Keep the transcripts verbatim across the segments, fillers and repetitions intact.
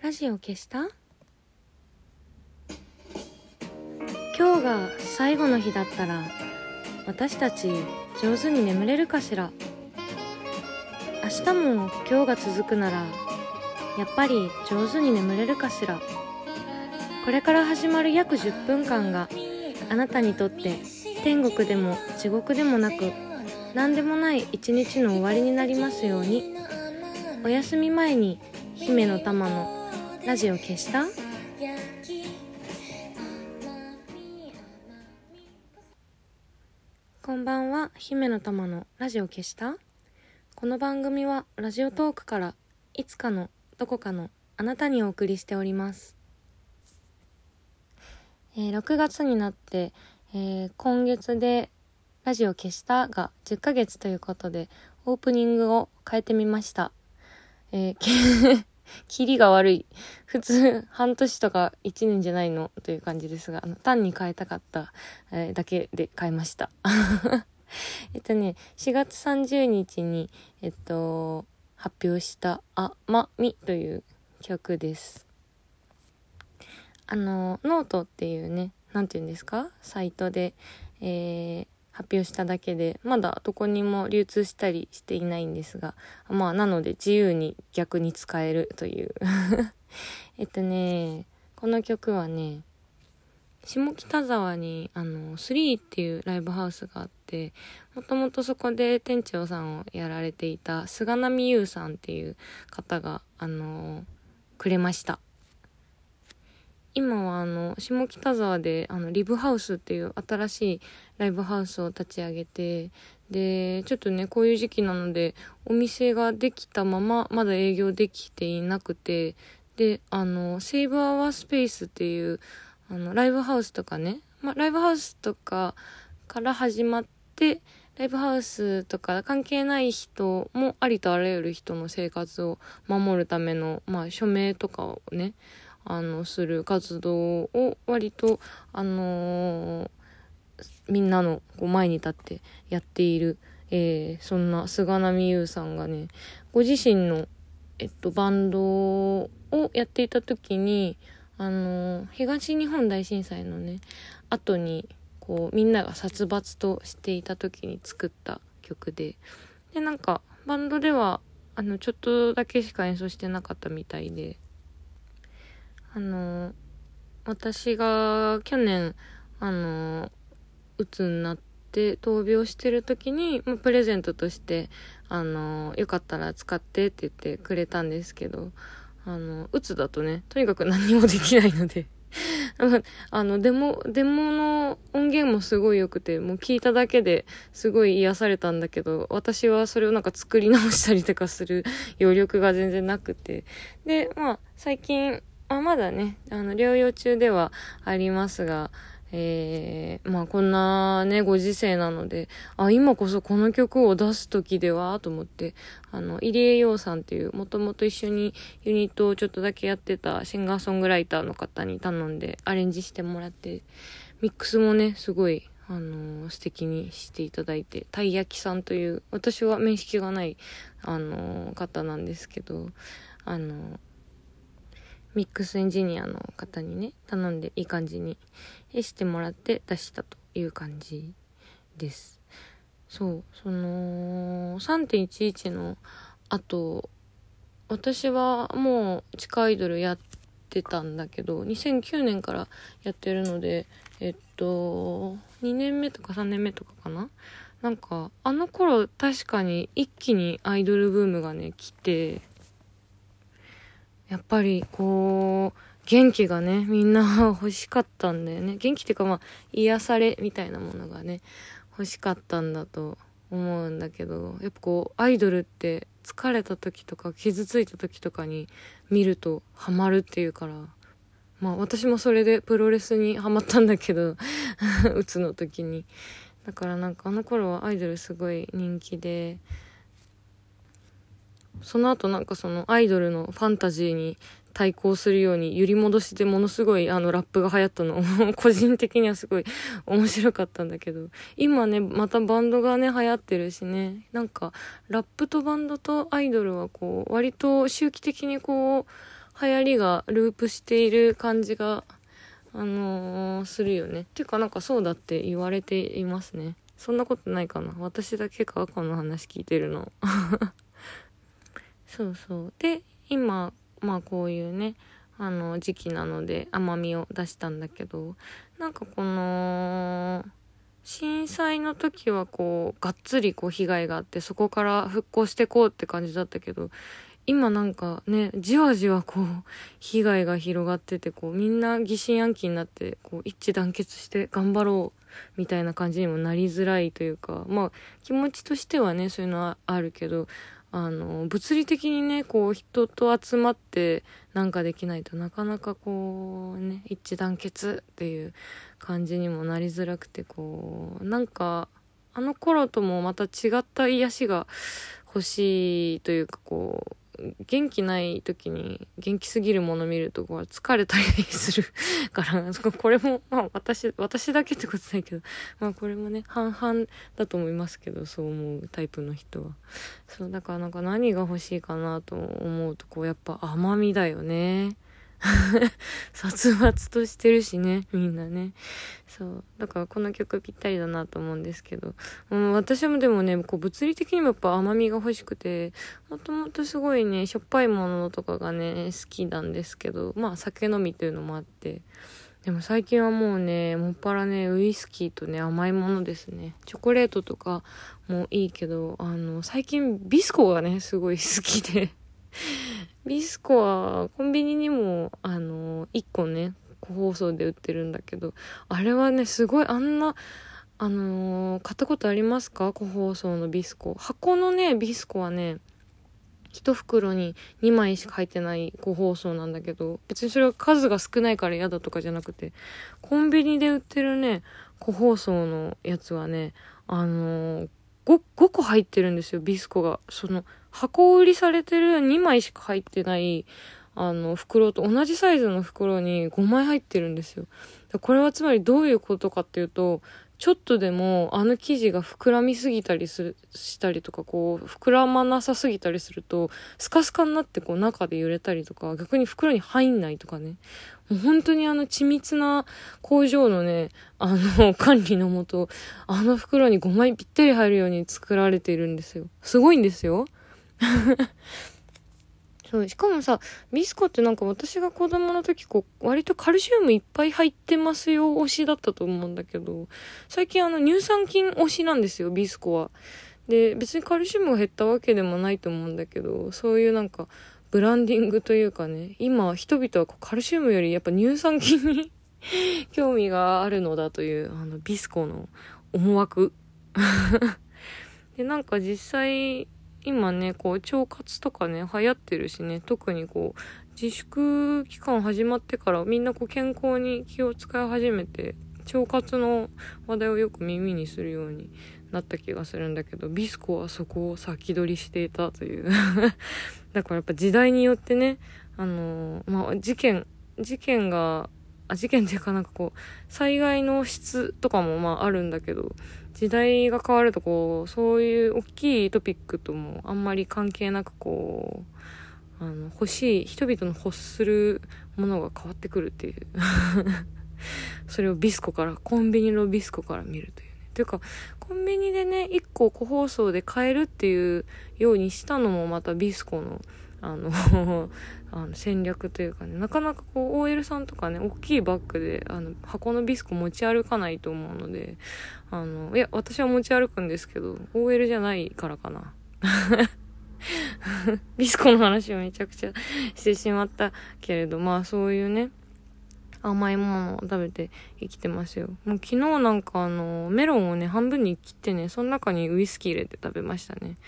ラジオ消した？今日が最後の日だったら私たち上手に眠れるかしら。明日も今日が続くならやっぱり上手に眠れるかしら。これから始まる約じゅっぷんかんがあなたにとって天国でも地獄でもなく何でもない一日の終わりになりますように。お休み前に姫の玉のラジオ消した？こんばんは、姫の玉のラジオ消した？この番組はラジオトークからいつかのどこかのあなたにお送りしております。えー、ろくがつになって、えー、今月でラジオ消したがじゅっかげつということでオープニングを変えてみました。えー、キリが悪い。普通半年とかいちねんじゃないのという感じですが、あの単に変えたかった、えー、だけで変えました。えっとねしがつさんじゅうにちにえっと発表したあまみという曲です。あのノートっていうね、なんていうんですか、サイトで、えー、発表しただけでまだどこにも流通したりしていないんですが、まあなので自由に逆に使えるというえっとねこの曲はね、下北沢にあのスリーっていうライブハウスがあって、もともとそこで店長さんをやられていた菅波優さんっていう方があのくれました。今はあの下北沢であのリブハウスっていう新しいライブハウスを立ち上げて、でちょっとねこういう時期なのでお店ができたまままだ営業できていなくて、であのセーブアワースペースっていうあのライブハウスとかね、まあ、ライブハウスとかから始まって、ライブハウスとか関係ない人もありとあらゆる人の生活を守るための、まあ、署名とかをねあのする活動を割とあのー、みんなのこう前に立ってやっている、えー、そんな菅波優さんがね、ご自身のえっとバンドをやっていた時にあのー、東日本大震災のね後にこうみんなが殺伐としていた時に作った曲で、でなんかバンドではあのちょっとだけしか演奏してなかったみたいで、あの私が去年あの鬱になって闘病してる時に、まあ、プレゼントとしてあのよかったら使ってって言ってくれたんですけど、あの鬱だとねとにかく何もできないのであのデモデモの音源もすごい良くて、もう聞いただけですごい癒されたんだけど、私はそれをなんか作り直したりとかする余力が全然なくて、でまあ最近あまだねあの療養中ではありますが、えー、まあこんなねご時世なので、あ今こそこの曲を出す時ではと思って、あの入江洋さんっていうもともと一緒にユニットをちょっとだけやってたシンガーソングライターの方に頼んでアレンジしてもらって、ミックスもねすごいあのー、素敵にしていただいて、たい焼きさんという私は面識がないあのー、方なんですけど、あのーミックスエンジニアの方にね頼んでいい感じにしてもらって出したという感じです。そうその さんてんいちいち の後、私はもう地下アイドルやってたんだけどにせんきゅうねんからやってるので、えっとにねんめとかさんねんめとかかな。なんかあの頃確かに一気にアイドルブームがね来て、やっぱりこう元気がねみんな欲しかったんだよね。元気っていうかまあ癒されみたいなものがね欲しかったんだと思うんだけど、やっぱこうアイドルって疲れた時とか傷ついた時とかに見るとハマるっていうから、まあ私もそれでプロレスにハマったんだけどうつの時に。だからなんかあの頃はアイドルすごい人気で、その後なんかそのアイドルのファンタジーに対抗するように揺り戻しでものすごいあのラップが流行ったの個人的にはすごい面白かったんだけど、今ねまたバンドがね流行ってるしね、なんかラップとバンドとアイドルはこう割と周期的にこう流行りがループしている感じが、あのー、するよね。っていうかなんかそうだって言われていますね。そんなことないかな。私だけか、この話聞いてるの。そうそう。で、今、まあこういうね、あの時期なので甘みを出したんだけど、なんかこの、震災の時はこう、がっつりこう被害があって、そこから復興していこうって感じだったけど、今なんかね、じわじわこう、被害が広がってて、こう、みんな疑心暗鬼になって、こう、一致団結して頑張ろう、みたいな感じにもなりづらいというか、まあ、気持ちとしてはね、そういうのはあるけど、あの、物理的にね、こう、人と集まってなんかできないとなかなかこう、ね、一致団結っていう感じにもなりづらくて、こう、なんか、あの頃ともまた違った癒しが欲しいというか、こう、元気ない時に元気すぎるもの見るとこう疲れたりするからこれもまあ私私だけってことないけど、まあこれもね半々だと思いますけど、そう思うタイプの人は。そうだからなんか何が欲しいかなと思うと、こうやっぱ甘みだよね。殺伐としてるしね、みんなね。そうだからこの曲ぴったりだなと思うんですけど、うん、私もでもねこう物理的にもやっぱ甘みが欲しくて、もともとすごいねしょっぱいものとかがね好きなんですけど、まあ酒飲みというのもあって、でも最近はもうねもっぱらねウイスキーとね甘いものですね。チョコレートとかもいいけど、あの最近ビスコがねすごい好きでビスコはコンビニにもあのいっこね個包装で売ってるんだけど、あれはねすごいあんなあのー、買ったことありますか？個包装のビスコ。箱のねビスコはね一袋ににまいしか入ってない個包装なんだけど、別にそれは数が少ないから嫌だとかじゃなくて、コンビニで売ってるね個包装のやつはねあのー、5, ごこ入ってるんですよ、ビスコが。その箱売りされてるにまいしか入ってないあの袋と同じサイズの袋にごまい入ってるんですよ。これはつまりどういうことかっていうと、ちょっとでもあの生地が膨らみすぎたりするしたりとか、こう膨らまなさすぎたりするとスカスカになってこう中で揺れたりとか、逆に袋に入んないとかね、もう本当にあの緻密な工場のねあの管理のもと、あの袋にごまいぴったり入るように作られているんですよ。すごいんですよ。そう、しかもさ、ビスコってなんか私が子供の時こう割とカルシウムいっぱい入ってますよ推しだったと思うんだけど、最近あの乳酸菌推しなんですよ、ビスコは。で、別にカルシウムが減ったわけでもないと思うんだけど、そういうなんかブランディングというかね、今人々はこうカルシウムよりやっぱ乳酸菌に興味があるのだというあのビスコの思惑で、なんか実際今ねこう腸活とかね流行ってるしね、特にこう自粛期間始まってからみんなこう健康に気を使い始めて、腸活の話題をよく耳にするようになった気がするんだけど、ビスコはそこを先取りしていたというだからやっぱ時代によってね、あのー、まあ事件事件があ事件っていうかなんかこう災害の質とかもまああるんだけど、時代が変わるとこうそういう大きいトピックともあんまり関係なく、こうあの欲しい人々の欲するものが変わってくるっていうそれをビスコから、コンビニのビスコから見るというね。というかコンビニでねいっこ個包装で買えるっていうようにしたのもまたビスコのあのあの戦略というかね、なかなかこう オーエル さんとかね大きいバッグであの箱のビスコ持ち歩かないと思うので、あのいや私は持ち歩くんですけど オーエル じゃないからかなビスコの話をめちゃくちゃしてしまったけれど、まあそういうね甘いものを食べて生きてますよ。もう昨日なんかあのメロンをね半分に切ってね、その中にウイスキー入れて食べましたね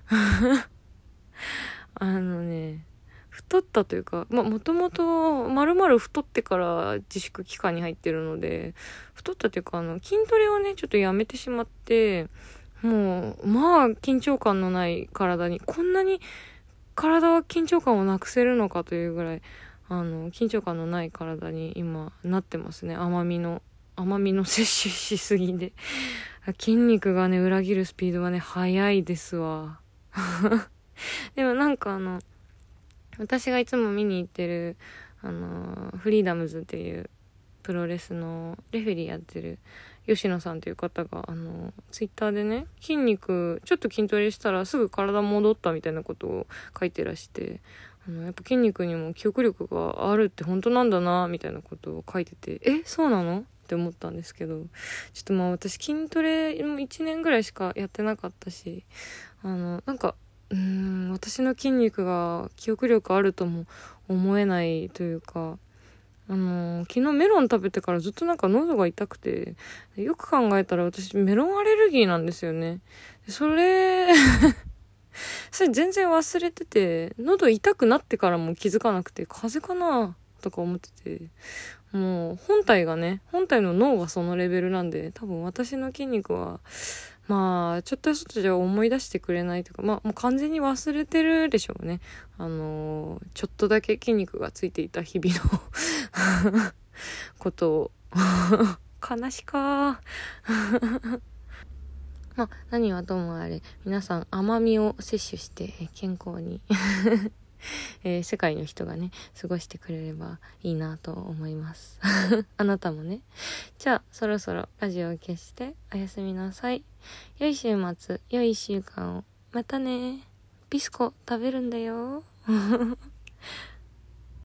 あのね太ったというか、まあもともと丸々太ってから自粛期間に入ってるので、太ったというかあの筋トレをねちょっとやめてしまって、もうまあ緊張感のない体に、こんなに体は緊張感をなくせるのかというぐらいあの緊張感のない体に今なってますね。甘みの甘みの摂取しすぎで筋肉がね裏切るスピードがね速いですわでもなんかあの私がいつも見に行ってる、あのー、フリーダムズっていうプロレスのレフェリーやってる吉野さんという方が、あのー、ツイッターでね、筋肉、ちょっと筋トレしたらすぐ体戻ったみたいなことを書いてらして、あの、やっぱ筋肉にも記憶力があるって本当なんだな、みたいなことを書いてて、え、そうなのって思ったんですけど、ちょっとまあ私筋トレもいちねんぐらいしかやってなかったし、あの、なんか、うーん、私の筋肉が記憶力あるとも思えないというか、あのー、昨日メロン食べてからずっとなんか喉が痛くて、よく考えたら私メロンアレルギーなんですよね。それ、それ全然忘れてて、喉痛くなってからも気づかなくて、風邪かなとか思ってて、もう本体がね、本体の脳がそのレベルなんで、多分私の筋肉は、まあ、ちょっと外じゃ思い出してくれないというか、まあ、もう完全に忘れてるでしょうね。あのー、ちょっとだけ筋肉がついていた日々のことを。悲しかー。まあ、何はともあれ、皆さん甘みを摂取して健康に、えー、世界の人がね、過ごしてくれればいいなと思います。あなたもね。じゃあ、そろそろラジオを消しておやすみなさい。良い週末、良い一週間を。またね。ビスコ食べるんだよ。